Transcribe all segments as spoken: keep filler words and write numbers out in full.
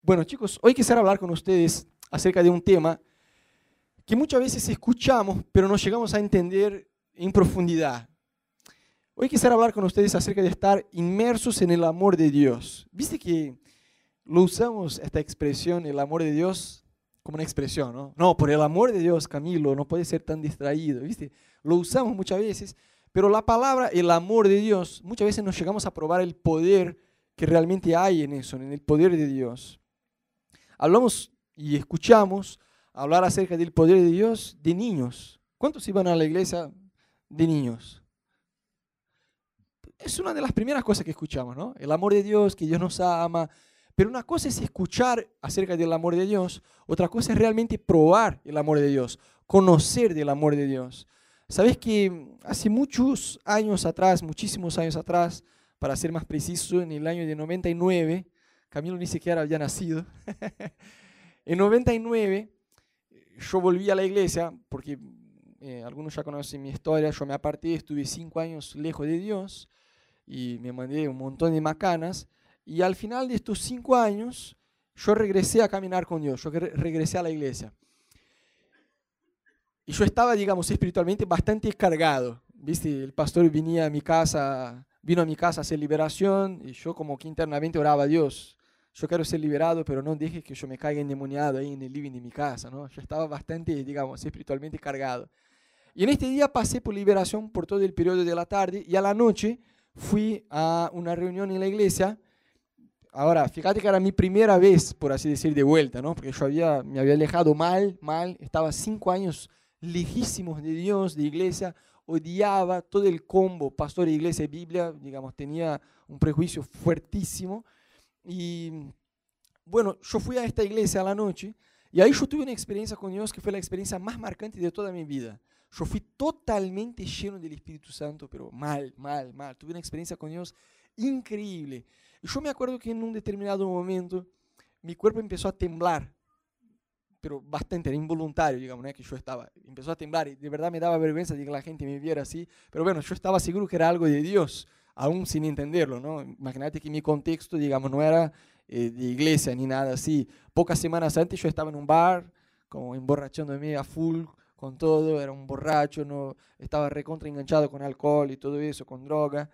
Bueno, chicos, hoy quisiera hablar con ustedes acerca de un tema que muchas veces escuchamos, pero no llegamos a entender en profundidad. Hoy quisiera hablar con ustedes acerca de estar inmersos en el amor de Dios. ¿Viste que lo usamos, esta expresión, el amor de Dios, como una expresión, ¿no? No, por el amor de Dios, Camilo, no puedes ser tan distraído, ¿viste? Lo usamos muchas veces, pero la palabra, el amor de Dios, muchas veces nos llegamos a probar el poder que realmente hay en eso, en el poder de Dios. Hablamos y escuchamos hablar acerca del poder de Dios de niños. ¿Cuántos iban a la iglesia de niños? Es una de las primeras cosas que escuchamos, ¿no? El amor de Dios, que Dios nos ama. Pero una cosa es escuchar acerca del amor de Dios, otra cosa es realmente probar el amor de Dios, conocer del amor de Dios. ¿Sabes que hace muchos años atrás, muchísimos años atrás, para ser más preciso, en el año de noventa y nueve, Camilo ni siquiera había nacido, en noventa y nueve yo volví a la iglesia, porque eh, algunos ya conocen mi historia, yo me aparté, estuve cinco años lejos de Dios y me mandé un montón de macanas, y al final de estos cinco años yo regresé a caminar con Dios, yo regresé a la iglesia. Y yo estaba, digamos, espiritualmente bastante cargado, ¿viste? El pastor venía a mi casa, vino a mi casa a hacer liberación, y yo como que internamente oraba a Dios. Yo quiero ser liberado, pero no deje que yo me caiga endemoniado ahí en el living de mi casa, ¿no? Yo estaba bastante, digamos, espiritualmente cargado. Y en este día pasé por liberación por todo el periodo de la tarde, y a la noche fui a una reunión en la iglesia. Ahora, fíjate que era mi primera vez, por así decir, de vuelta, ¿no? Porque yo había, me había alejado mal, mal, estaba cinco años lejísimos de Dios, de iglesia, odiaba todo el combo, pastor, iglesia y Biblia, digamos, tenía un prejuicio fuertísimo. Y bueno, yo fui a esta iglesia a la noche y ahí yo tuve una experiencia con Dios que fue la experiencia más marcante de toda mi vida. Yo fui totalmente lleno del Espíritu Santo, pero mal, mal, mal. Tuve una experiencia con Dios increíble. Y yo me acuerdo que en un determinado momento mi cuerpo empezó a temblar, pero bastante, era involuntario, digamos, ¿no? Que yo estaba, empezó a temblar y de verdad me daba vergüenza de que la gente me viera así, pero bueno, yo estaba seguro que era algo de Dios, aún sin entenderlo, ¿no? Imagínate que mi contexto, digamos, no era eh, de iglesia ni nada así. Pocas semanas antes yo estaba en un bar, como emborrachándome a full con todo, era un borracho, no, estaba recontra enganchado con alcohol y todo eso, con droga,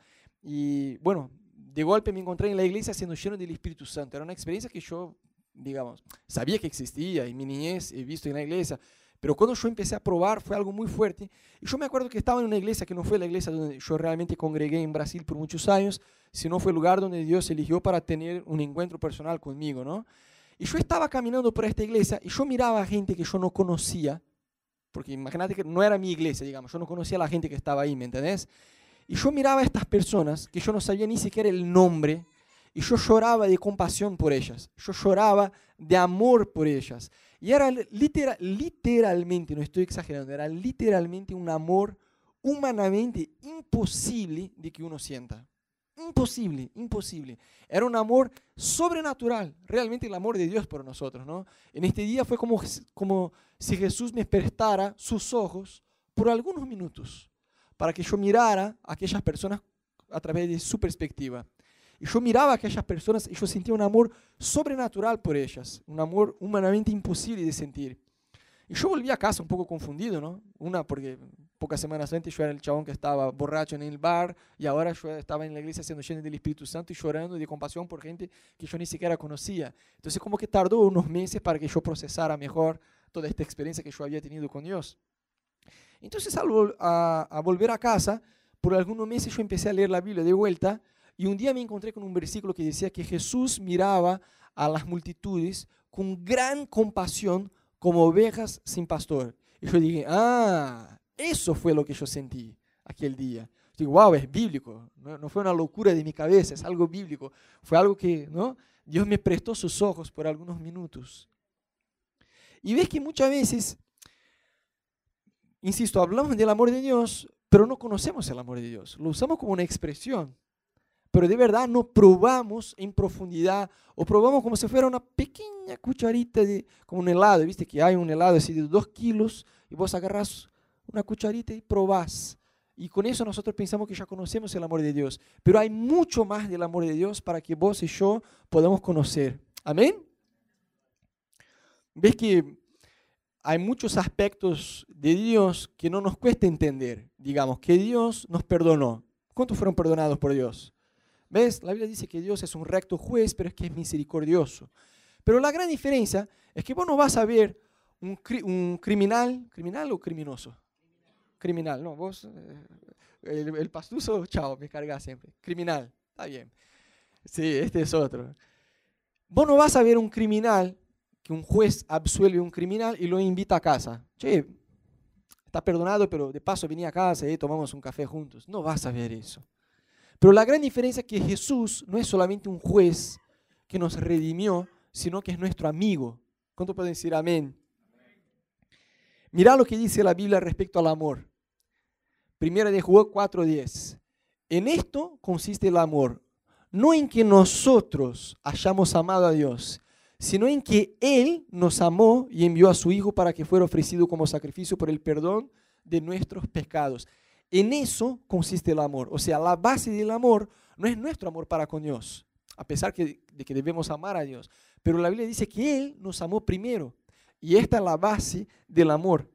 y bueno, de golpe me encontré en la iglesia siendo lleno del Espíritu Santo. Era una experiencia que yo, digamos, sabía que existía, en mi niñez he visto en la iglesia, pero cuando yo empecé a probar fue algo muy fuerte. Y yo me acuerdo que estaba en una iglesia que no fue la iglesia donde yo realmente congregué en Brasil por muchos años, sino fue el lugar donde Dios eligió para tener un encuentro personal conmigo, ¿no? Y yo estaba caminando por esta iglesia y yo miraba a gente que yo no conocía, porque imagínate que no era mi iglesia, digamos, yo no conocía a la gente que estaba ahí, ¿me entendés? Y yo miraba a estas personas que yo no sabía ni siquiera el nombre, y yo lloraba de compasión por ellas, yo lloraba de amor por ellas. Y era literal, literalmente, no estoy exagerando, era literalmente un amor humanamente imposible de que uno sienta. Imposible, imposible. Era un amor sobrenatural, realmente el amor de Dios por nosotros, ¿no? En este día fue como, como si Jesús me prestara sus ojos por algunos minutos, para que yo mirara a aquellas personas a través de su perspectiva. Y yo miraba a aquellas personas y yo sentía un amor sobrenatural por ellas, un amor humanamente imposible de sentir. Y yo volví a casa un poco confundido, ¿no? Una, porque pocas semanas antes yo era el chabón que estaba borracho en el bar y ahora yo estaba en la iglesia siendo lleno del Espíritu Santo y llorando de compasión por gente que yo ni siquiera conocía. Entonces como que tardó unos meses para que yo procesara mejor toda esta experiencia que yo había tenido con Dios. Entonces al vol a, a volver a casa, por algunos meses yo empecé a leer la Biblia de vuelta y un día me encontré con un versículo que decía que Jesús miraba a las multitudes con gran compasión como ovejas sin pastor. Y yo dije, ah, eso fue lo que yo sentí aquel día. Digo, wow, es bíblico, no, no fue una locura de mi cabeza, es algo bíblico. Fue algo que, ¿no? Dios me prestó sus ojos por algunos minutos. Y ves que muchas veces, insisto, hablamos del amor de Dios, pero no conocemos el amor de Dios. Lo usamos como una expresión, pero de verdad no probamos en profundidad, o probamos como si fuera una pequeña cucharita, de, como un helado, ¿viste? Que hay un helado así de dos kilos, y vos agarrás una cucharita y probás. Y con eso nosotros pensamos que ya conocemos el amor de Dios. Pero hay mucho más del amor de Dios para que vos y yo podamos conocer. ¿Amén? ves que hay muchos aspectos de Dios que no nos cuesta entender. Digamos, que Dios nos perdonó. ¿Cuántos fueron perdonados por Dios? ¿Ves? La Biblia dice que Dios es un recto juez, pero es que es misericordioso. Pero la gran diferencia es que vos no vas a ver un, cri un criminal, criminal o criminoso. Criminal, no, vos, eh, el, el pastuso, chao, me carga siempre. Criminal, está bien. Sí, este es otro. Vos no vas a ver un criminal, que un juez absuelve a un criminal y lo invita a casa. Che, está perdonado, pero de paso venía a casa y tomamos un café juntos. No vas a ver eso. Pero la gran diferencia es que Jesús no es solamente un juez que nos redimió, sino que es nuestro amigo. ¿Cuánto pueden decir amén? Mirá lo que dice la Biblia respecto al amor. Primera de Juan cuatro diez. En esto consiste el amor, no en que nosotros hayamos amado a Dios, sino en que Él nos amó y envió a su Hijo para que fuera ofrecido como sacrificio por el perdón de nuestros pecados. En eso consiste el amor. O sea, la base del amor no es nuestro amor para con Dios, a pesar que, de que debemos amar a Dios. Pero la Biblia dice que Él nos amó primero. Y esta es la base del amor.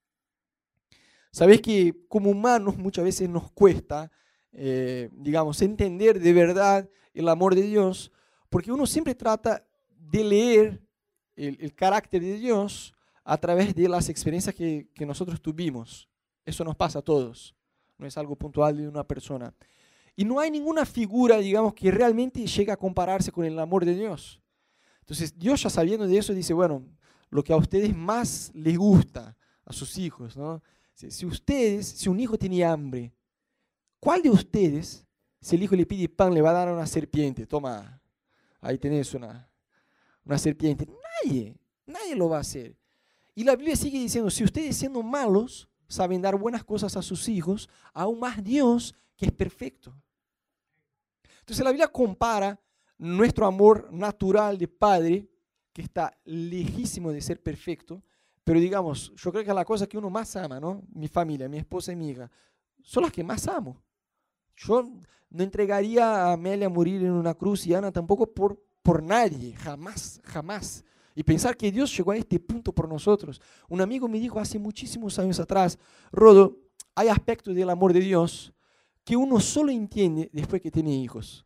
Sabes que como humanos muchas veces nos cuesta, eh, digamos, entender de verdad el amor de Dios, porque uno siempre trata de leer el, el carácter de Dios a través de las experiencias que, que nosotros tuvimos. Eso nos pasa a todos, no es algo puntual de una persona. Y no hay ninguna figura, digamos, que realmente llegue a compararse con el amor de Dios. Entonces, Dios ya sabiendo de eso dice, bueno, lo que a ustedes más les gusta, a sus hijos, ¿no? Si, si ustedes, si un hijo tiene hambre, ¿cuál de ustedes, si el hijo le pide pan, le va a dar a una serpiente? Toma, ahí tenés una... una serpiente. Nadie, nadie lo va a hacer. Y la Biblia sigue diciendo, si ustedes siendo malos saben dar buenas cosas a sus hijos, aún más Dios que es perfecto. Entonces la Biblia compara nuestro amor natural de padre, que está lejísimo de ser perfecto, pero digamos, yo creo que la cosa que uno más ama, ¿no? Mi familia, mi esposa y mi hija, son las que más amo. Yo no entregaría a Amelia a morir en una cruz y a Ana tampoco por por nadie, jamás, jamás. Y pensar que Dios llegó a este punto por nosotros. Un amigo me dijo hace muchísimos años atrás, Rodo, hay aspectos del amor de Dios que uno solo entiende después que tiene hijos.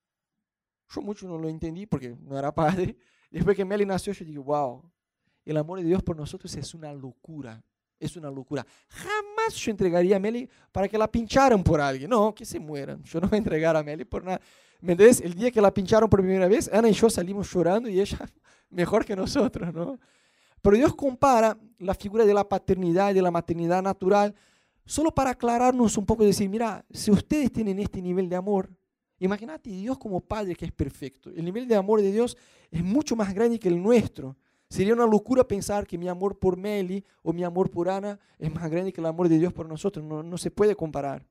Yo mucho no lo entendí porque no era padre. Después que Meli nació, yo digo, wow, el amor de Dios por nosotros es una locura. Es una locura. Jamás yo entregaría a Meli para que la pincharan por alguien. No, que se mueran. Yo no voy a entregar a Meli por nada. ¿Me entiendes? El día que la pincharon por primera vez, Ana y yo salimos llorando y ella mejor que nosotros, ¿no? Pero Dios compara la figura de la paternidad y de la maternidad natural solo para aclararnos un poco y decir, mira, si ustedes tienen este nivel de amor, imagínate Dios como Padre que es perfecto. El nivel de amor de Dios es mucho más grande que el nuestro. Sería una locura pensar que mi amor por Meli o mi amor por Ana es más grande que el amor de Dios por nosotros. No, no se puede comparar.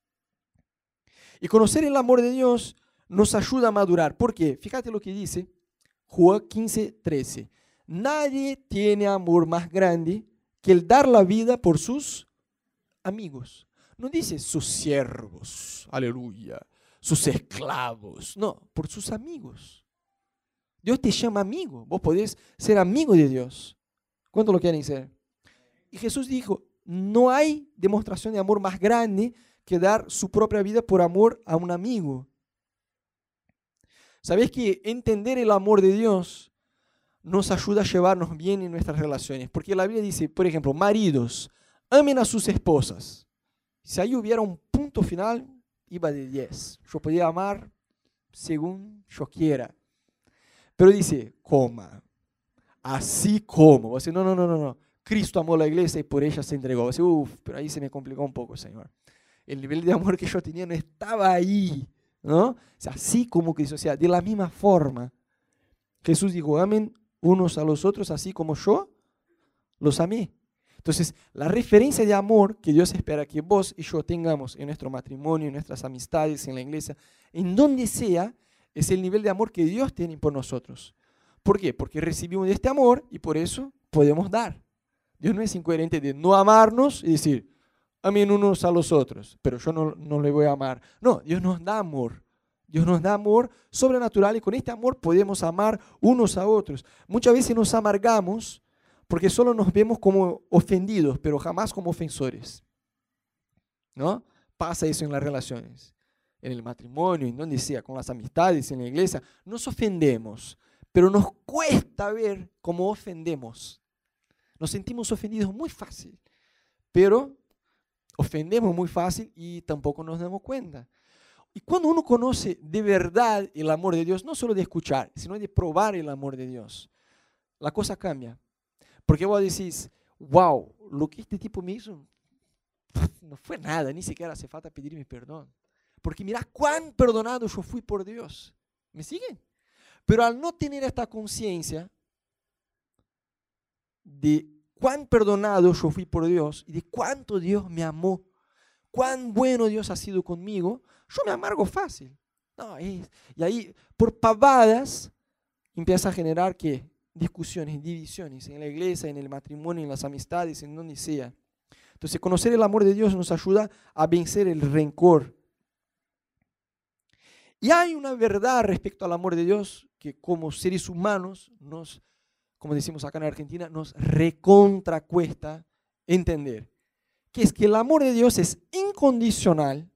Y conocer el amor de Dios nos ayuda a madurar. ¿Por qué? Fíjate lo que dice Juan quince, trece. Nadie tiene amor más grande que el dar la vida por sus amigos. No dice sus siervos, aleluya, sus esclavos. No, por sus amigos. Dios te llama amigo. Vos podés ser amigo de Dios. ¿Cuánto lo quieren ser? Y Jesús dijo, no hay demostración de amor más grande que dar su propia vida por amor a un amigo. ¿Sabés que entender el amor de Dios nos ayuda a llevarnos bien en nuestras relaciones? Porque la Biblia dice, por ejemplo, maridos, amen a sus esposas. Si ahí hubiera un punto final, iba de diez. Yo podía amar según yo quiera. Pero dice, coma, así como. Vos decís, no, no, no, no, no. Cristo amó a la iglesia y por ella se entregó. Vos decís, uff, pero ahí se me complicó un poco, Señor. El nivel de amor que yo tenía no estaba ahí, ¿no? O sea, así como Cristo, o sea, de la misma forma. Jesús dijo, amen unos a los otros así como yo los amé. Entonces, la referencia de amor que Dios espera que vos y yo tengamos en nuestro matrimonio, en nuestras amistades, en la iglesia, en donde sea, es el nivel de amor que Dios tiene por nosotros. ¿Por qué? Porque recibimos este amor y por eso podemos dar. Dios no es incoherente de no amarnos y decir, amen unos a los otros, pero yo no, no le voy a amar. No, Dios nos da amor. Dios nos da amor sobrenatural y con este amor podemos amar unos a otros. Muchas veces nos amargamos porque solo nos vemos como ofendidos, pero jamás como ofensores, ¿no? Pasa eso en las relaciones, en el matrimonio, en donde sea, con las amistades, en la iglesia. Nos ofendemos, pero nos cuesta ver cómo ofendemos. Nos sentimos ofendidos muy fácil, pero ofendemos muy fácil y tampoco nos damos cuenta. Y cuando uno conoce de verdad el amor de Dios, no solo de escuchar, sino de probar el amor de Dios, la cosa cambia. Porque vos decís, wow, lo que este tipo me hizo no fue nada, ni siquiera hace falta pedirme perdón. Porque mirá cuán perdonado yo fui por Dios. ¿Me siguen? Pero al no tener esta conciencia de cuán perdonado yo fui por Dios y de cuánto Dios me amó, cuán bueno Dios ha sido conmigo, yo me amargo fácil. No, es, y ahí, por pavadas, empieza a generar ¿qué? Discusiones, divisiones en la iglesia, en el matrimonio, en las amistades, en donde sea. Entonces, conocer el amor de Dios nos ayuda a vencer el rencor. Y hay una verdad respecto al amor de Dios que como seres humanos nos, como decimos acá en Argentina, nos recontracuesta entender, que es que el amor de Dios es incondicional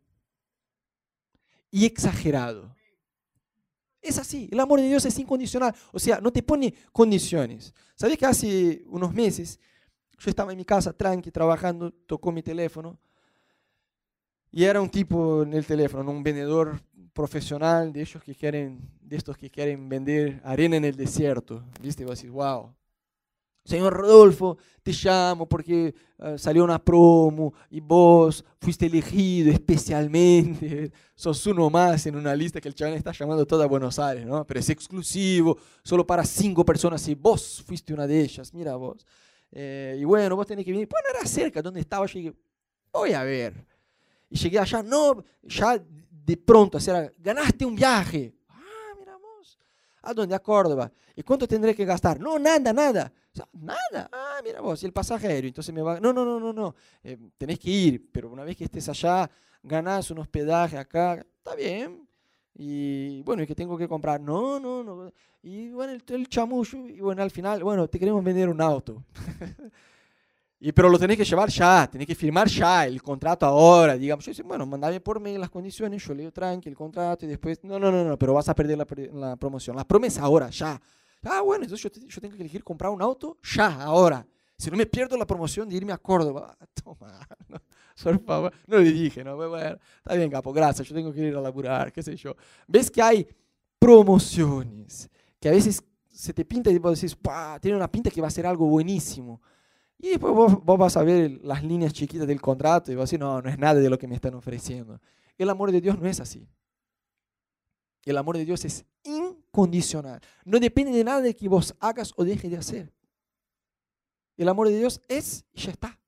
y exagerado. Es así, el amor de Dios es incondicional, o sea, no te pone condiciones. ¿Sabés que hace unos meses yo estaba en mi casa tranqui, trabajando, tocó mi teléfono y era un tipo en el teléfono, un vendedor profesional de ellos que quieren, de estos que quieren vender arena en el desierto, ¿viste? Y vos decís, wow. Señor Rodolfo, te llamo porque uh, salió una promo y vos fuiste elegido especialmente, sos uno más en una lista que el chaval está llamando toda Buenos Aires, ¿no? Pero es exclusivo, solo para cinco personas y vos fuiste una de ellas, mira vos. Eh, y bueno, vos tenés que venir. Bueno, era cerca donde estaba, yo dije, voy a ver. Y llegué allá, no, ya de pronto, o sea, ganaste un viaje. Ah, mira vos. ¿A dónde? A Córdoba. ¿Y cuánto tendré que gastar? No, nada, nada. O sea, nada. Ah, mira vos, y el pasaje aéreo. Entonces me va, no, no, no, no, no. Eh, tenés que ir, pero una vez que estés allá, ganás un hospedaje acá, está bien. Y bueno, ¿y qué tengo que comprar? No, no, no. Y bueno, el, el chamullo, y bueno, al final, bueno, te queremos vender un auto. Y pero lo tenés que llevar ya, tenés que firmar ya el contrato ahora, digamos. Yo digo, bueno, mandame por mail las condiciones, yo leo tranqui el contrato y después, no, no, no, no, pero vas a perder la, la promoción. La promesa ahora, ya. Ah, bueno, entonces yo, yo tengo que elegir comprar un auto ya, ahora. Si no me pierdo la promoción de irme a Córdoba. Toma, no, por favor. No le dije, no, bueno, está bien, capo, gracias, yo tengo que ir a laburar, qué sé yo. ¿Ves que hay promociones que a veces se te pinta y vos decís, tiene una pinta que va a ser algo buenísimo? Y después vos, vos vas a ver las líneas chiquitas del contrato y vas a decir, no, no es nada de lo que me están ofreciendo. El amor de Dios no es así. El amor de Dios es incondicional. No depende de nada de que vos hagas o dejes de hacer. El amor de Dios es y ya está.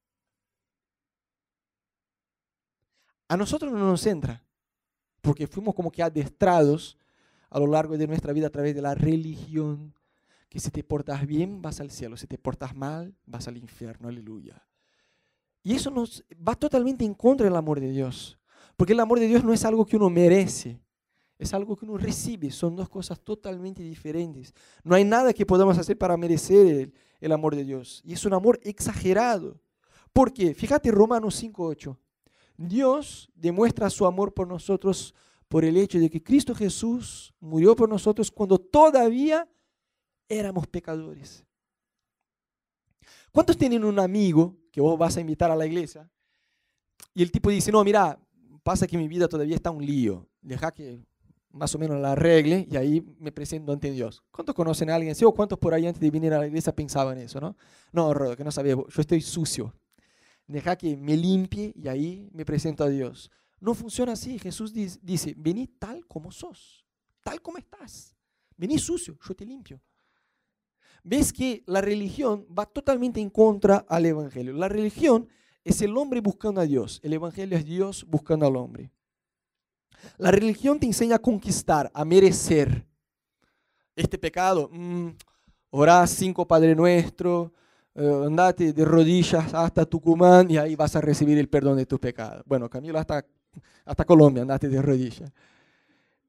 A nosotros no nos entra, porque fuimos como que adestrados a lo largo de nuestra vida a través de la religión, que si te portas bien vas al cielo, si te portas mal vas al infierno, aleluya. Y eso nos va totalmente en contra del amor de Dios, porque el amor de Dios no es algo que uno merece, es algo que uno recibe, son dos cosas totalmente diferentes. No hay nada que podamos hacer para merecer el, el amor de Dios, y es un amor exagerado. ¿Por qué? Fíjate Romanos cinco ocho. Dios demuestra su amor por nosotros por el hecho de que Cristo Jesús murió por nosotros cuando todavía éramos pecadores. ¿Cuántos tienen un amigo que vos vas a invitar a la iglesia y el tipo dice, no, mira, pasa que mi vida todavía está un lío, deja que más o menos la arregle y ahí me presento ante Dios? ¿Cuántos conocen a alguien así o cuántos por ahí antes de venir a la iglesia pensaban eso, no? No, Rodo, que no sabía, yo estoy sucio. Deja que me limpie y ahí me presento a Dios. No funciona así. Jesús dice, vení tal como sos, tal como estás. Vení sucio, yo te limpio. ¿Ves que la religión va totalmente en contra al evangelio? La religión es el hombre buscando a Dios. El evangelio es Dios buscando al hombre. La religión te enseña a conquistar, a merecer. Este pecado, mmm, orá cinco Padre Nuestro, Uh, andate de rodillas hasta Tucumán y ahí vas a recibir el perdón de tus pecados. Bueno, Camilo hasta, hasta Colombia, andate de rodillas.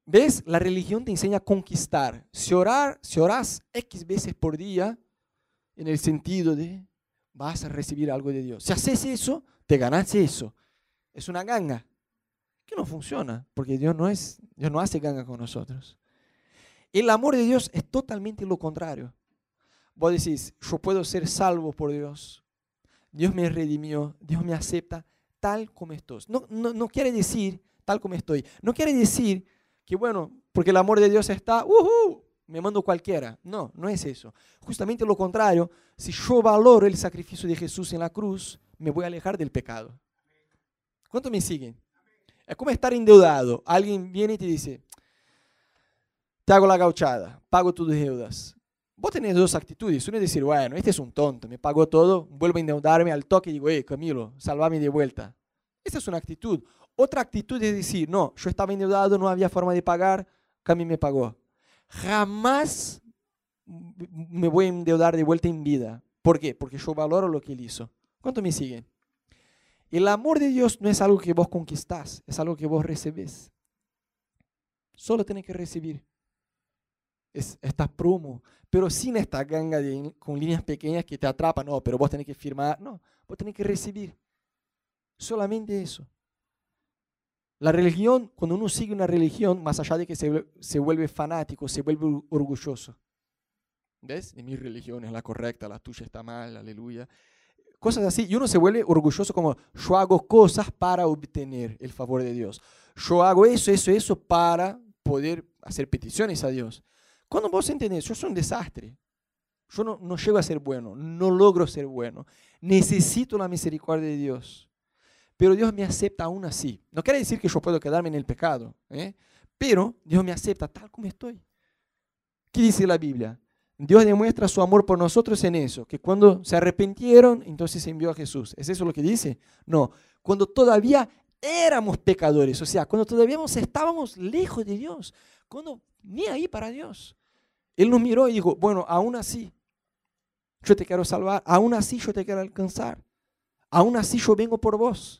¿Ves? La religión te enseña a conquistar. Si, orar, si orás X veces por día, en el sentido de vas a recibir algo de Dios. Si haces eso, te ganas eso. Es una ganga que no funciona, porque Dios no, es, Dios no hace ganga con nosotros. El amor de Dios es totalmente lo contrario. Vos decís, yo puedo ser salvo por Dios. Dios me redimió, Dios me acepta tal como estoy. No, no, no quiere decir tal como estoy. No quiere decir que, bueno, porque el amor de Dios está, uh-huh, me mando cualquiera. No, no es eso. Justamente lo contrario, si yo valoro el sacrificio de Jesús en la cruz, me voy a alejar del pecado. ¿Cuántos me siguen? Es como estar endeudado. Alguien viene y te dice, te hago la gauchada, pago tus deudas. Vos tenés dos actitudes. Una es decir, bueno, este es un tonto, me pagó todo, vuelvo a endeudarme al toque y digo, hey, Camilo, salvame de vuelta. Esa es una actitud. Otra actitud es decir, no, yo estaba endeudado, no había forma de pagar, Cami me pagó. Jamás me voy a endeudar de vuelta en vida. ¿Por qué? Porque yo valoro lo que él hizo. ¿Cuántos me siguen? El amor de Dios no es algo que vos conquistás, es algo que vos recebés. Solo tenés que recibir. Es, esta promo, pero sin esta ganga de, con líneas pequeñas que te atrapan. No, pero vos tenés que firmar. No, vos tenés que recibir. Solamente eso. La religión, cuando uno sigue una religión, más allá de que se, se vuelve fanático, se vuelve orgulloso. ¿Ves? Y mi religión es la correcta, la tuya está mal, aleluya. Cosas así. Y uno se vuelve orgulloso como, yo hago cosas para obtener el favor de Dios. Yo hago eso, eso, eso para poder hacer peticiones a Dios. Cuando vos entendés, yo soy un desastre. Yo no, no llego a ser bueno, no logro ser bueno. Necesito la misericordia de Dios. Pero Dios me acepta aún así. No quiere decir que yo puedo quedarme en el pecado, ¿eh? Pero Dios me acepta tal como estoy. ¿Qué dice la Biblia? Dios demuestra su amor por nosotros en eso, que cuando se arrepintieron, entonces envió a Jesús. ¿Es eso lo que dice? No, cuando todavía éramos pecadores, o sea, cuando todavía estábamos lejos de Dios, cuando ni ahí para Dios. Él nos miró y dijo, bueno, aún así, yo te quiero salvar, aún así yo te quiero alcanzar, aún así yo vengo por vos.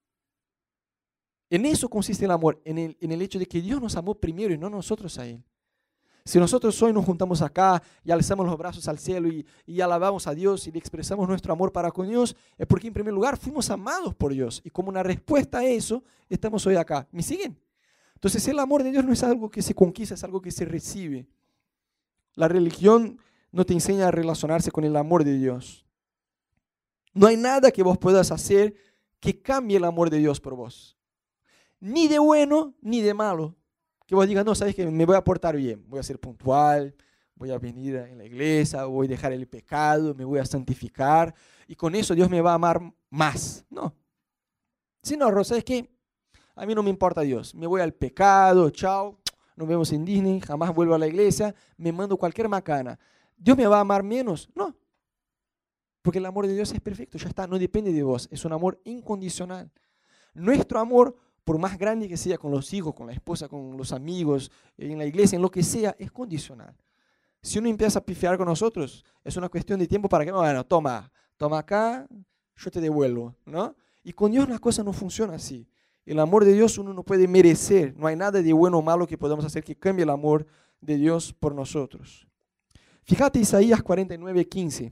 En eso consiste el amor, en el, en el hecho de que Dios nos amó primero y no nosotros a Él. Si nosotros hoy nos juntamos acá y alzamos los brazos al cielo y, y alabamos a Dios y le expresamos nuestro amor para con Dios, es porque en primer lugar fuimos amados por Dios. Y como una respuesta a eso, estamos hoy acá. ¿Me siguen? Entonces el amor de Dios no es algo que se conquista, es algo que se recibe. La religión no te enseña a relacionarse con el amor de Dios. No hay nada que vos puedas hacer que cambie el amor de Dios por vos. Ni de bueno, ni de malo. Que vos digas, no, sabes que me voy a portar bien, voy a ser puntual, voy a venir en la iglesia, voy a dejar el pecado, me voy a santificar, y con eso Dios me va a amar más. No. Si no, Rosa, ¿sabes qué? A mí no me importa Dios, me voy al pecado, chao, nos vemos en Disney, jamás vuelvo a la iglesia, me mando cualquier macana. ¿Dios me va a amar menos? No. Porque el amor de Dios es perfecto, ya está, no depende de vos, es un amor incondicional. Nuestro amor, por más grande que sea con los hijos, con la esposa, con los amigos, en la iglesia, en lo que sea, es condicional. Si uno empieza a pifiar con nosotros, es una cuestión de tiempo para que, bueno, toma, toma acá, yo te devuelvo, ¿no? Y con Dios las cosas no funcionan así. El amor de Dios uno no puede merecer, no hay nada de bueno o malo que podamos hacer que cambie el amor de Dios por nosotros. Fíjate Isaías cuarenta y nueve, quince.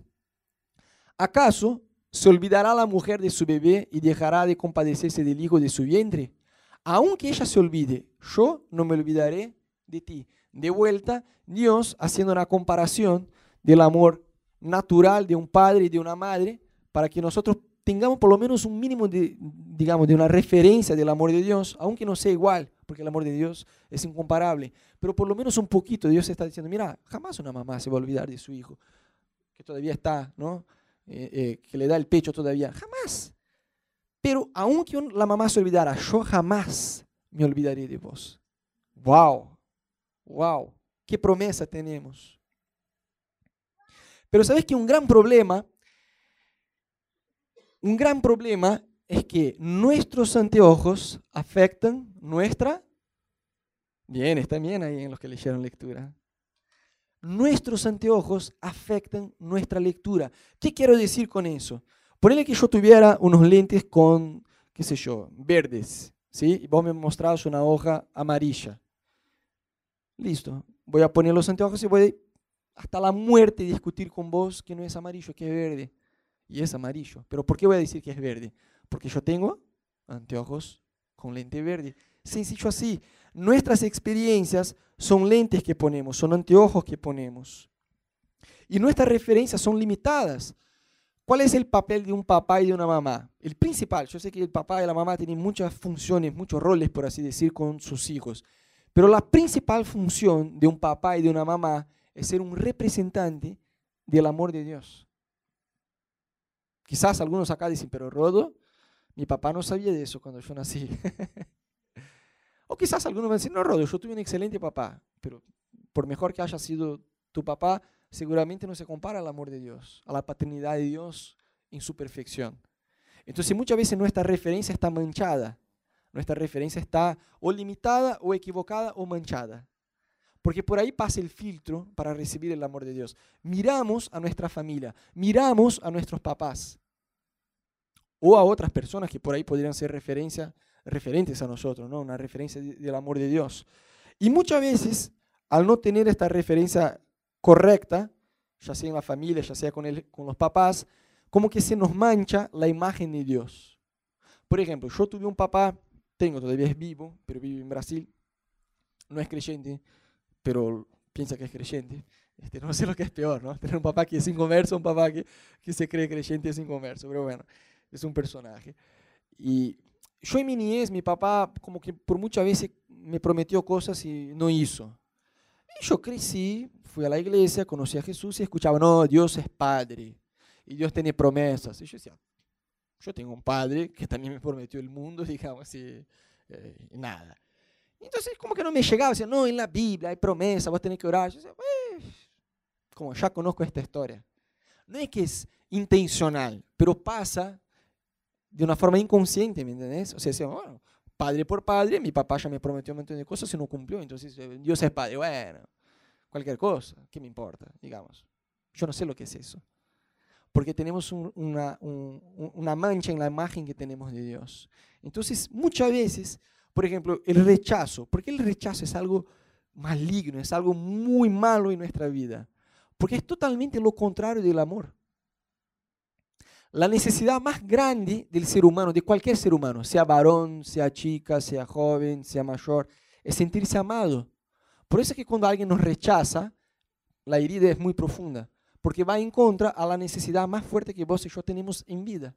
¿Acaso se olvidará la mujer de su bebé y dejará de compadecerse del hijo de su vientre? Aunque ella se olvide, yo no me olvidaré de ti. De vuelta, Dios haciendo una comparación del amor natural de un padre y de una madre, para que nosotros tengamos por lo menos un mínimo de, digamos, de una referencia del amor de Dios, aunque no sea igual, porque el amor de Dios es incomparable, pero por lo menos un poquito. Dios está diciendo, mira, jamás una mamá se va a olvidar de su hijo, que todavía está, ¿no? Eh, eh, que le da el pecho todavía, jamás. Pero aunque la mamá se olvidara, yo jamás me olvidaré de vos. ¡Wow! ¡Wow! ¡Qué promesa tenemos! Pero ¿sabes qué? Un gran problema, un gran problema es que nuestros anteojos afectan nuestra... Bien, está bien ahí en los que leyeron lectura. Nuestros anteojos afectan nuestra lectura. ¿Qué quiero decir con eso? Ponele que yo tuviera unos lentes con, qué sé yo, verdes, ¿sí? Y vos me mostrabas una hoja amarilla. Listo, voy a poner los anteojos y voy hasta la muerte discutir con vos que no es amarillo, que es verde. Y es amarillo. ¿Pero por qué voy a decir que es verde? Porque yo tengo anteojos con lente verde. Sencillo así. Nuestras experiencias son lentes que ponemos, son anteojos que ponemos. Y nuestras referencias son limitadas. ¿Cuál es el papel de un papá y de una mamá? El principal. Yo sé que el papá y la mamá tienen muchas funciones, muchos roles, por así decir, con sus hijos. Pero la principal función de un papá y de una mamá es ser un representante del amor de Dios. Quizás algunos acá dicen, pero Rodo, mi papá no sabía de eso cuando yo nací. O quizás algunos me dicen, no, Rodo, yo tuve un excelente papá, pero por mejor que haya sido tu papá, seguramente no se compara al amor de Dios, a la paternidad de Dios en su perfección. Entonces muchas veces nuestra referencia está manchada, nuestra referencia está o limitada o equivocada o manchada. Porque por ahí pasa el filtro para recibir el amor de Dios. Miramos a nuestra familia, miramos a nuestros papás o a otras personas que por ahí podrían ser referencia, referentes a nosotros, ¿no? Una referencia de, del amor de Dios. Y muchas veces, al no tener esta referencia correcta, ya sea en la familia, ya sea con, el, con los papás, como que se nos mancha la imagen de Dios. Por ejemplo, yo tuve un papá, tengo, todavía es vivo, pero vive en Brasil, no es creyente, pero piensa que es creyente. Este, no sé lo que es peor, ¿no? Tener un papá que es inconverso, un papá que, que se cree creyente y es inconverso, pero bueno, es un personaje. Y yo en mi niñez, mi papá como que por muchas veces me prometió cosas y no hizo. Y yo crecí, fui a la iglesia, conocí a Jesús y escuchaba, no, Dios es Padre y Dios tiene promesas. Y yo decía, yo tengo un Padre que también me prometió el mundo, digamos, y eh, nada. Entonces como que no me llegaba, decía, no, en la Biblia hay promesas, vos tenés que orar. Yo decía, eh, como ya conozco esta historia. No es que es intencional, pero pasa de una forma inconsciente, ¿me entendés? O sea, decía, bueno, padre por padre, mi papá ya me prometió un montón de cosas y no cumplió, entonces Dios es Padre, bueno, cualquier cosa, ¿qué me importa? Digamos, yo no sé lo que es eso. Porque tenemos un, una, un, una mancha en la imagen que tenemos de Dios. Entonces, muchas veces, por ejemplo, el rechazo, porque el rechazo es algo maligno, es algo muy malo en nuestra vida, porque es totalmente lo contrario del amor. La necesidad más grande del ser humano, de cualquier ser humano, sea varón, sea chica, sea joven, sea mayor, es sentirse amado. Por eso es que cuando alguien nos rechaza, la herida es muy profunda, porque va en contra a la necesidad más fuerte que vos y yo tenemos en vida.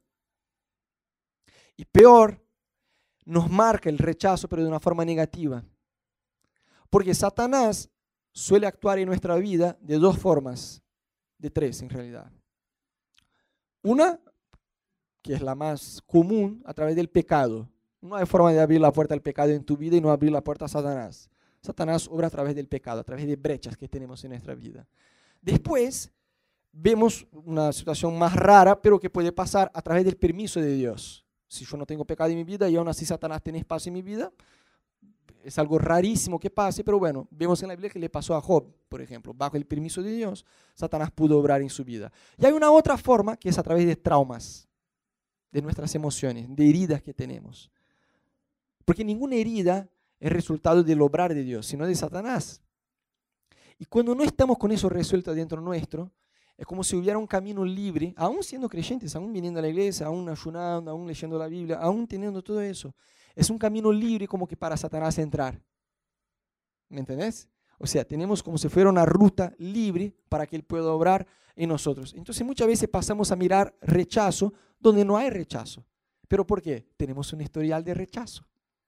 Y peor, nos marca el rechazo, pero de una forma negativa. Porque Satanás suele actuar en nuestra vida de dos formas, de tres en realidad. Una, que es la más común, a través del pecado. No hay forma de abrir la puerta al pecado en tu vida y no abrir la puerta a Satanás. Satanás obra a través del pecado, a través de brechas que tenemos en nuestra vida. Después, vemos una situación más rara, pero que puede pasar a través del permiso de Dios. Si yo no tengo pecado en mi vida y aún así Satanás tiene espacio en mi vida, es algo rarísimo que pase, pero bueno, vemos en la Biblia que le pasó a Job, por ejemplo. Bajo el permiso de Dios, Satanás pudo obrar en su vida. Y hay una otra forma que es a través de traumas, de nuestras emociones, de heridas que tenemos. Porque ninguna herida es resultado del obrar de Dios, sino de Satanás. Y cuando no estamos con eso resuelto dentro nuestro, es como si hubiera un camino libre, aún siendo creyentes, aún viniendo a la iglesia, aún ayunando, aún leyendo la Biblia, aún teniendo todo eso. Es un camino libre como que para Satanás entrar. ¿Me entendés? O sea, tenemos como si fuera una ruta libre para que Él pueda obrar en nosotros. Entonces muchas veces pasamos a mirar rechazo donde no hay rechazo. ¿Pero por qué? Tenemos un historial de rechazo.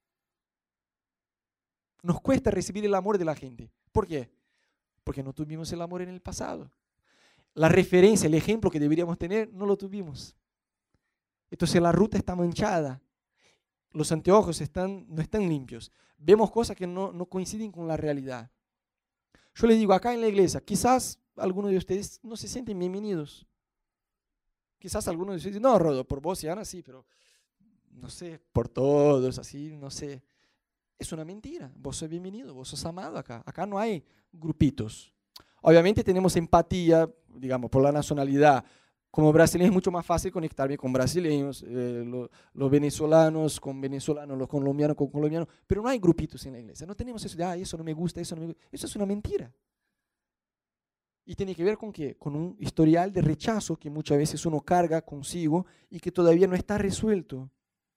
Nos cuesta recibir el amor de la gente. ¿Por qué? Porque no tuvimos el amor en el pasado. La referencia, el ejemplo que deberíamos tener, no lo tuvimos. Entonces la ruta está manchada. Los anteojos están, no están limpios. Vemos cosas que no, no coinciden con la realidad. Yo les digo, acá en la iglesia, quizás algunos de ustedes no se sienten bienvenidos. Quizás algunos de ustedes dicen, no, Rodo, por vos y Ana sí, pero no sé, por todos, así, no sé. Es una mentira. Vos sos bienvenido, vos sos amado acá. Acá no hay grupitos. Obviamente tenemos empatía, digamos, por la nacionalidad. Como brasileño es mucho más fácil conectarme con brasileños, eh, lo, los venezolanos con venezolanos, los colombianos con colombianos, pero no hay grupitos en la iglesia. No tenemos eso de, ah, eso no me gusta, eso no me gusta. Eso es una mentira. Y tiene que ver con qué? Con un historial de rechazo que muchas veces uno carga consigo y que todavía no está resuelto.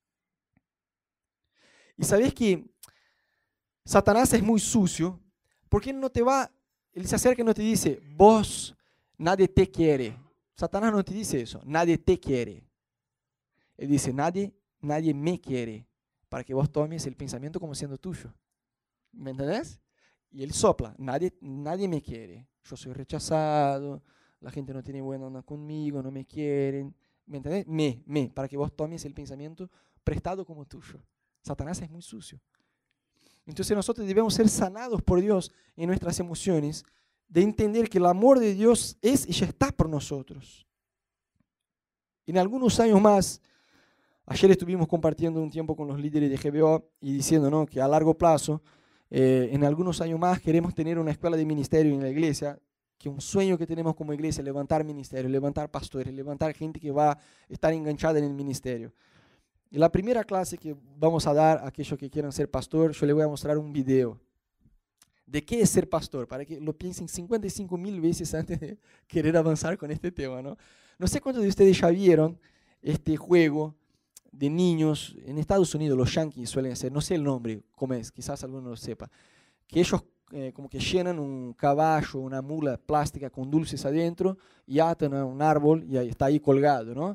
Y sabes que Satanás es muy sucio, porque él no te va, él se acerca y no te dice, vos, nadie te quiere. Satanás no te dice eso, nadie te quiere. Él dice, nadie, nadie me quiere, para que vos tomes el pensamiento como siendo tuyo. ¿Me entendés? Y él sopla, nadie, nadie me quiere. Yo soy rechazado, la gente no tiene buena onda conmigo, no me quieren. ¿Me entendés? Me, me, para que vos tomes el pensamiento prestado como tuyo. Satanás es muy sucio. Entonces nosotros debemos ser sanados por Dios en nuestras emociones, de entender que el amor de Dios es y ya está por nosotros. En algunos años más, ayer estuvimos compartiendo un tiempo con los líderes de G B O y diciendo, ¿no?, que a largo plazo, eh, en algunos años más queremos tener una escuela de ministerio en la iglesia, que un sueño que tenemos como iglesia es levantar ministerios, levantar pastores, levantar gente que va a estar enganchada en el ministerio. Y la primera clase que vamos a dar a aquellos que quieran ser pastor, yo les voy a mostrar un video de qué es ser pastor, para que lo piensen cincuenta y cinco mil veces antes de querer avanzar con este tema, ¿no? No sé cuántos de ustedes ya vieron este juego de niños en Estados Unidos, los Yankees suelen hacer, no sé el nombre, cómo es, quizás alguno lo sepa, que ellos eh, como que llenan un caballo, una mula plástica con dulces adentro y atan a un árbol y ahí está ahí colgado, ¿no?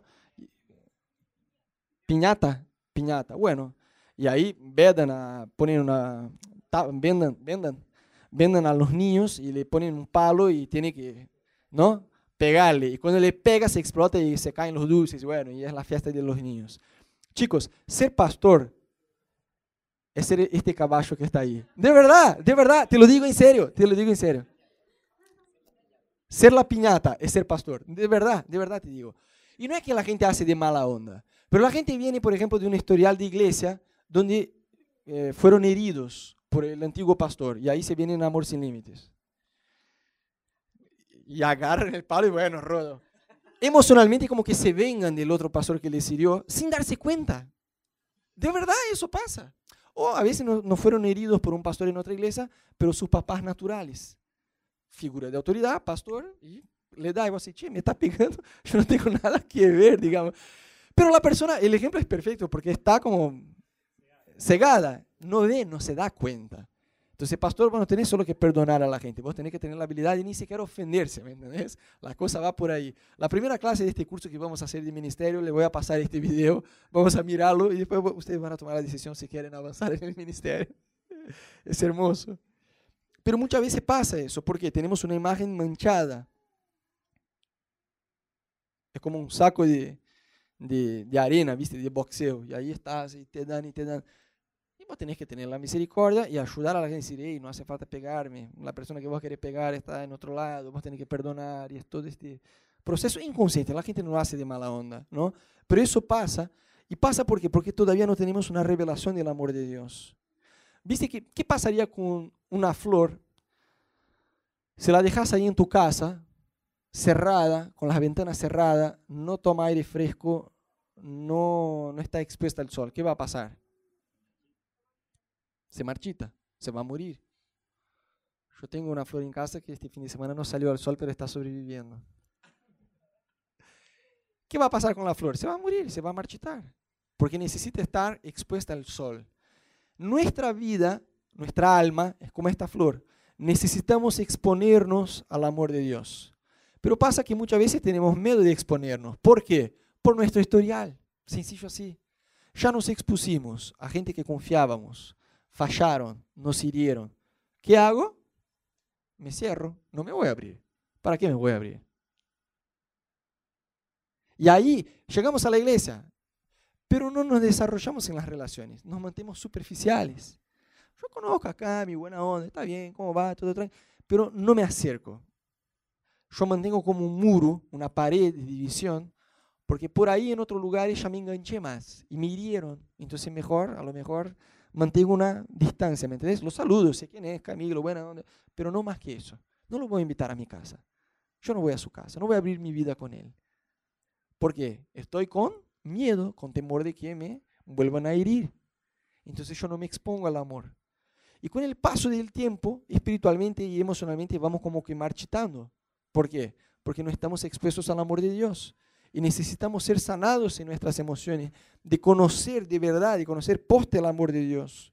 Piñata, piñata, bueno, y ahí vendan a, ponen una, ta, vendan, vendan, vendan a los niños y le ponen un palo y tiene que, ¿no?, pegarle, y cuando le pega se explota y se caen los dulces, bueno, y es la fiesta de los niños. Chicos, ser pastor es ser este caballo que está ahí. De verdad, de verdad, te lo digo en serio, te lo digo en serio. Ser la piñata es ser pastor, de verdad, de verdad te digo. Y no es que la gente hace de mala onda, pero la gente viene, por ejemplo, de un historial de iglesia donde eh, fueron heridos por el antiguo pastor, y ahí se viene en Amor Sin Límites. Y agarran el palo y bueno, rodo. Emocionalmente como que se vengan del otro pastor que les hirió sin darse cuenta. De verdad eso pasa. O a veces no, no fueron heridos por un pastor en otra iglesia, pero sus papás naturales. Figura de autoridad, pastor, y le da y vos decís, che, me está pegando, yo no tengo nada que ver, digamos. Pero la persona, el ejemplo es perfecto porque está como cegada, no ve, no se da cuenta. Entonces, pastor, vos no tenés solo que perdonar a la gente, vos tenés que tener la habilidad de ni siquiera ofenderse, ¿me entendés? La cosa va por ahí. La primera clase de este curso que vamos a hacer de ministerio, le voy a pasar este video, vamos a mirarlo y después ustedes van a tomar la decisión si quieren avanzar en el ministerio. Es hermoso. Pero muchas veces pasa eso, porque tenemos una imagen manchada. Es como un saco de, de, de arena, ¿viste? De boxeo, y ahí estás y te dan y te dan. Vos tenés que tener la misericordia y ayudar a la gente a decir, hey, no hace falta pegarme, la persona que vos querés pegar está en otro lado, vos tenés que perdonar, y es todo este proceso inconsciente, la gente no lo hace de mala onda, ¿no? Pero eso pasa, y pasa ¿por qué? Porque todavía no tenemos una revelación del amor de Dios. ¿Viste que, qué pasaría con una flor si la dejas ahí en tu casa, cerrada, con las ventanas cerradas, no toma aire fresco, no, no está expuesta al sol? ¿Qué va a pasar? Se marchita, se va a morir. Yo tengo una flor en casa que este fin de semana no salió al sol, pero está sobreviviendo. ¿Qué va a pasar con la flor? Se va a morir, se va a marchitar, porque necesita estar expuesta al sol. Nuestra vida, nuestra alma, es como esta flor. Necesitamos exponernos al amor de Dios. Pero pasa que muchas veces tenemos miedo de exponernos. ¿Por qué? Por nuestro historial, sencillo así. Ya nos expusimos a gente que confiábamos. Fallaron, nos hirieron. ¿Qué hago? Me cierro, no me voy a abrir. ¿Para qué me voy a abrir? Y ahí llegamos a la iglesia, pero no nos desarrollamos en las relaciones, nos mantenemos superficiales. Yo conozco acá mi buena onda, está bien, ¿cómo va? Todo tranquilo, pero no me acerco. Yo mantengo como un muro, una pared de división, porque por ahí en otros lugares ya me enganché más y me hirieron. Entonces mejor, a lo mejor, mantengo una distancia, ¿me entendés? Los saludo, sé quién es, Camilo, buena onda, pero no más que eso. No lo voy a invitar a mi casa. Yo no voy a su casa, no voy a abrir mi vida con él. ¿Por qué? Estoy con miedo, con temor de que me vuelvan a herir. Entonces yo no me expongo al amor. Y con el paso del tiempo, espiritualmente y emocionalmente vamos como que marchitando. ¿Por qué? Porque no estamos expuestos al amor de Dios. Y necesitamos ser sanados en nuestras emociones, de conocer de verdad, de conocer poste el amor de Dios.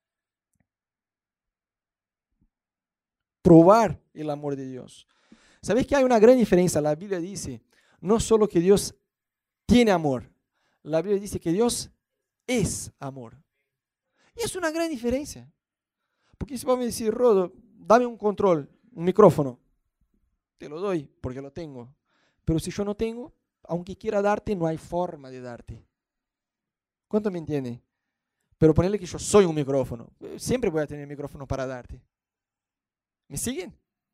Probar el amor de Dios. ¿Sabes que hay una gran diferencia? La Biblia dice, no solo que Dios tiene amor, la Biblia dice que Dios es amor. Y es una gran diferencia. Porque si vos me decís, Rodo, dame un control, un micrófono, te lo doy porque lo tengo. Pero si yo no tengo, aunque quiera darte, no hay forma de darte. ¿Cuánto me entiende? Pero ponerle que yo soy un micrófono, siempre voy a tener micrófono para darte. ¿Me siguen?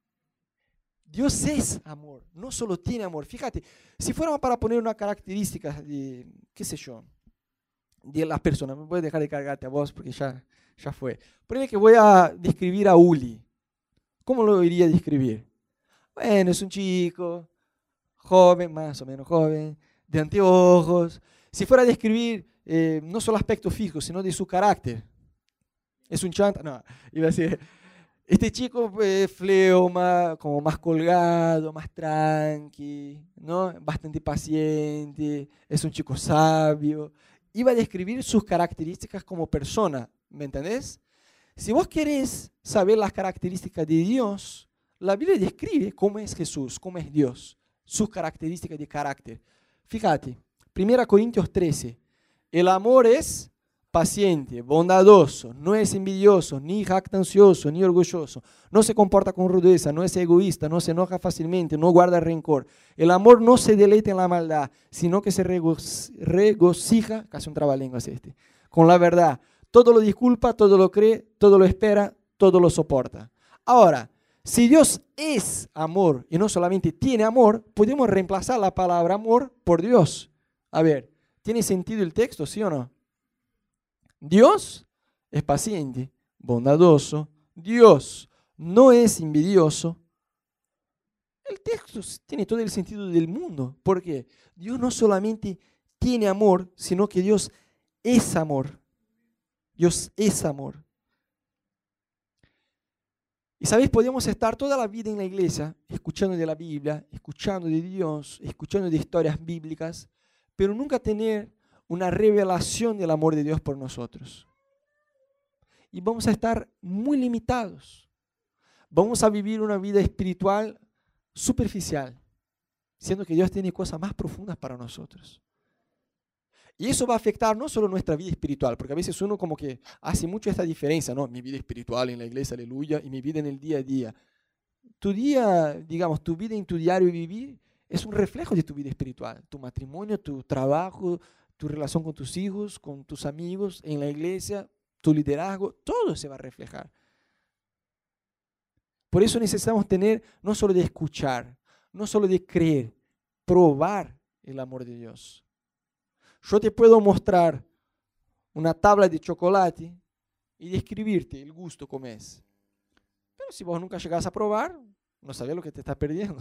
Dios es amor, no solo tiene amor. Fíjate, si fuéramos para poner una característica de, qué sé yo, de las personas, me voy a dejar de cargarte a vos porque ya, ya fue. Ponele que voy a describir a Uli. ¿Cómo lo iría a describir? Bueno, es un chico, joven, más o menos joven, de anteojos. Si fuera a describir eh, no solo aspecto físico, sino de su carácter. Es un chanta, no, iba a decir, este chico eh, fleoma, como más colgado, más tranqui, ¿no? Bastante paciente, es un chico sabio. Iba a describir sus características como persona, ¿me entendés? Si vos querés saber las características de Dios, la Biblia describe cómo es Jesús, cómo es Dios, sus características de carácter. Fíjate, primera Corintios trece, el amor es paciente, bondadoso, no es envidioso, ni jactancioso, ni orgulloso, no se comporta con rudeza, no es egoísta, no se enoja fácilmente, no guarda rencor. El amor no se deleita en la maldad, sino que se regocija, casi un trabalenguas este, con la verdad. Todo lo disculpa, todo lo cree, todo lo espera, todo lo soporta. Ahora, si Dios es amor y no solamente tiene amor, podemos reemplazar la palabra amor por Dios. A ver, ¿tiene sentido el texto, sí o no? Dios es paciente, bondadoso. Dios no es envidioso. El texto tiene todo el sentido del mundo. ¿Por qué? Dios no solamente tiene amor, sino que Dios es amor. Dios es amor. Y sabéis, podemos estar toda la vida en la iglesia, escuchando de la Biblia, escuchando de Dios, escuchando de historias bíblicas, pero nunca tener una revelación del amor de Dios por nosotros. Y vamos a estar muy limitados. Vamos a vivir una vida espiritual superficial, siendo que Dios tiene cosas más profundas para nosotros. Y eso va a afectar no solo nuestra vida espiritual, porque a veces uno como que hace mucho esta diferencia, ¿no? Mi vida espiritual en la iglesia, aleluya, y mi vida en el día a día. Tu día, digamos, tu vida en tu diario vivir es un reflejo de tu vida espiritual. Tu matrimonio, tu trabajo, tu relación con tus hijos, con tus amigos, en la iglesia, tu liderazgo, todo se va a reflejar. Por eso necesitamos tener, no solo de escuchar, no solo de creer, probar el amor de Dios. Yo te puedo mostrar una tabla de chocolate y describirte el gusto como es. Pero si vos nunca llegás a probar, no sabés lo que te estás perdiendo.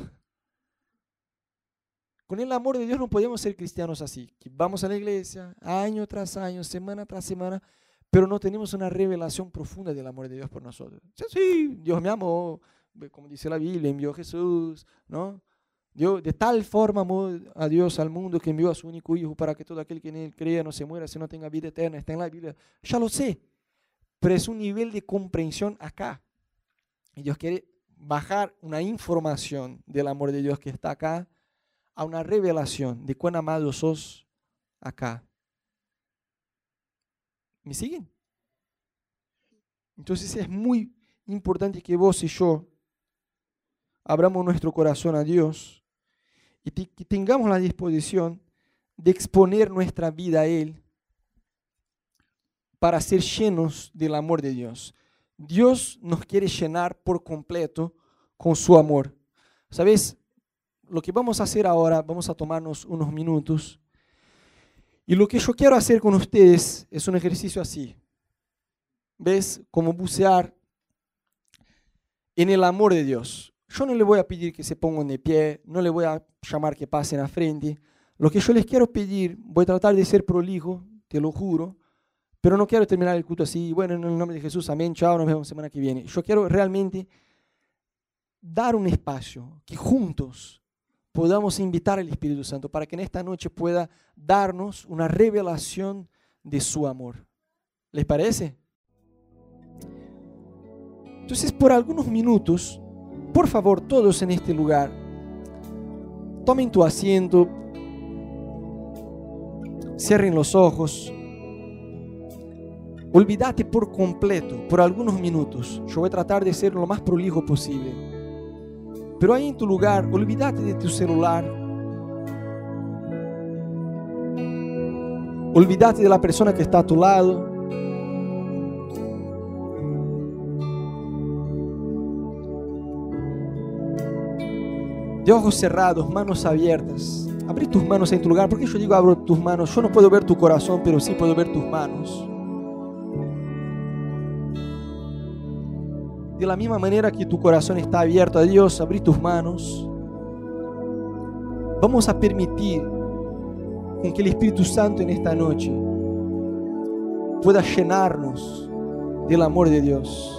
Con el amor de Dios no podemos ser cristianos así, que vamos a la iglesia año tras año, semana tras semana, pero no tenemos una revelación profunda del amor de Dios por nosotros. Sí, sí, Dios me amó, como dice la Biblia, envió a Jesús, ¿no? Dios, de tal forma amó a Dios al mundo que envió a su único Hijo para que todo aquel que en Él crea no se muera, sino tenga vida eterna. Está en la Biblia. Ya lo sé, pero es un nivel de comprensión acá. Y Dios quiere bajar una información del amor de Dios que está acá a una revelación de cuán amado sos acá. ¿Me siguen? Entonces es muy importante que vos y yo abramos nuestro corazón a Dios y que tengamos la disposición de exponer nuestra vida a Él para ser llenos del amor de Dios. Dios nos quiere llenar por completo con su amor. ¿Sabes? Lo que vamos a hacer ahora, vamos a tomarnos unos minutos. Y lo que yo quiero hacer con ustedes es un ejercicio así. ¿Ves? Como bucear en el amor de Dios. Yo no le voy a pedir que se pongan de pie, no le voy a llamar que pasen a frente, Lo que yo les quiero pedir, voy a tratar de ser prolijo, te lo juro, pero no quiero terminar el culto así, bueno, en el nombre de Jesús, amén, chao, nos vemos semana que viene. Yo quiero realmente dar un espacio que juntos podamos invitar al Espíritu Santo para que en esta noche pueda darnos una revelación de su amor. ¿Les parece? Entonces, por algunos minutos, por favor, todos en este lugar, tomen tu asiento, cierren los ojos, olvídate por completo, por algunos minutos. Yo voy a tratar de ser lo más prolijo posible. Pero ahí en tu lugar, olvídate de tu celular, olvídate de la persona que está a tu lado. De ojos cerrados, manos abiertas. Abrí tus manos en tu lugar. ¿Por qué yo digo abro tus manos? Yo no puedo ver tu corazón, pero sí puedo ver tus manos. De la misma manera que tu corazón está abierto a Dios, abrí tus manos. Vamos a permitir con que el Espíritu Santo en esta noche pueda llenarnos del amor de Dios.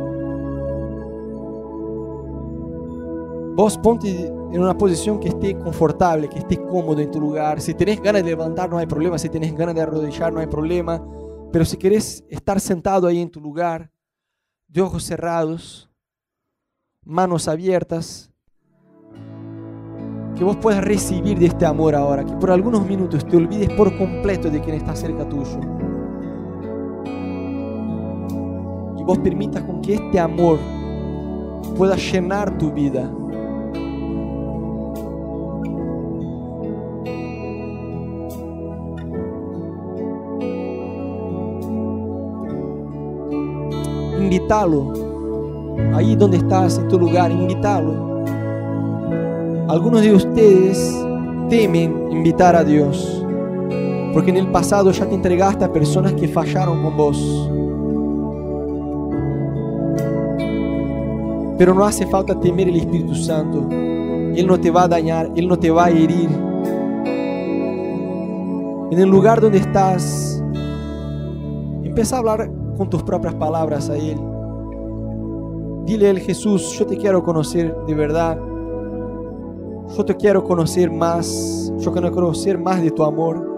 Vos ponte en una posición que esté confortable, que esté cómodo en tu lugar. Si tenés ganas de levantar, no hay problema. Si tenés ganas de arrodillar, no hay problema. Pero si querés estar sentado ahí en tu lugar, de ojos cerrados, manos abiertas, que vos puedas recibir de este amor ahora, que por algunos minutos te olvides por completo de quien está cerca tuyo. Y vos permitas con que este amor pueda llenar tu vida. Invítalo, ahí donde estás, en tu lugar, invítalo. Algunos de ustedes temen invitar a Dios, porque en el pasado ya te entregaste a personas que fallaron con vos. Pero no hace falta temer el Espíritu Santo. Él no te va a dañar, Él no te va a herir. En el lugar donde estás, empieza a hablar con tus propias palabras a Él. Dile a Él: Jesús, yo te quiero conocer de verdad. Yo te quiero conocer más. Yo quiero conocer más de tu amor.